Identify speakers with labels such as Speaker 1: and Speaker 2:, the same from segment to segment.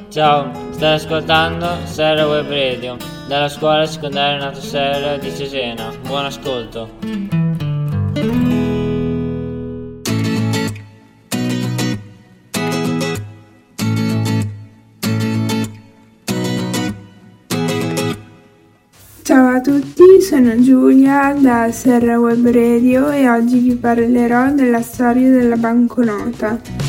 Speaker 1: Ciao, stai ascoltando Serra Web Radio dalla scuola secondaria Nato Serra di Cesena. Buon ascolto.
Speaker 2: Ciao a tutti, sono Giulia da Serra Web Radio e oggi vi parlerò della storia della banconota.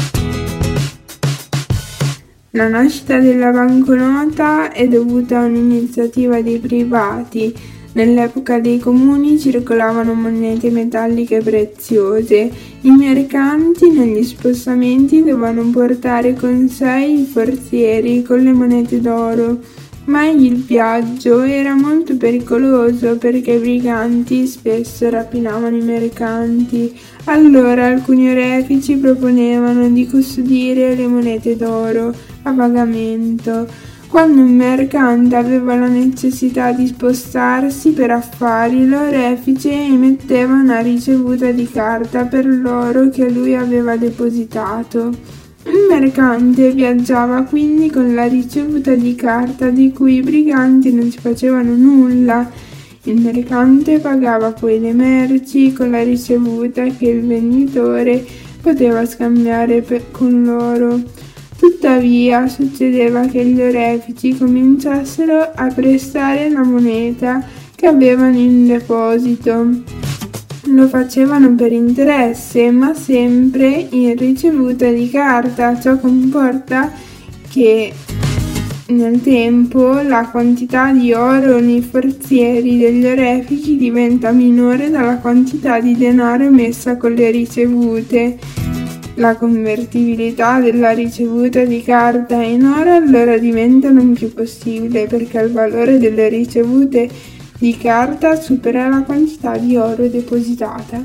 Speaker 2: La nascita della banconota è dovuta a un'iniziativa dei privati. Nell'epoca dei comuni circolavano monete metalliche preziose. I mercanti negli spostamenti dovevano portare con sé i forzieri con le monete d'oro. Ma il viaggio era molto pericoloso perché i briganti spesso rapinavano i mercanti. Allora alcuni orefici proponevano di custodire le monete d'oro a pagamento. Quando un mercante aveva la necessità di spostarsi per affari, l'orefice emetteva una ricevuta di carta per l'oro che lui aveva depositato. Il mercante viaggiava quindi con la ricevuta di carta di cui i briganti non si facevano nulla. Il mercante pagava poi le merci con la ricevuta che il venditore poteva scambiare con l'oro. Tuttavia succedeva che gli orefici cominciassero a prestare la moneta che avevano in deposito. Lo facevano per interesse, ma sempre in ricevuta di carta. Ciò comporta che nel tempo la quantità di oro nei forzieri degli orefici diventa minore dalla quantità di denaro emessa con le ricevute. La convertibilità della ricevuta di carta in oro allora diventa non più possibile perché il valore delle ricevute di carta supera la quantità di oro depositata.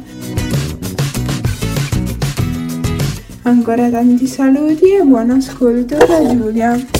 Speaker 2: Ancora tanti saluti e buon ascolto da Giulia.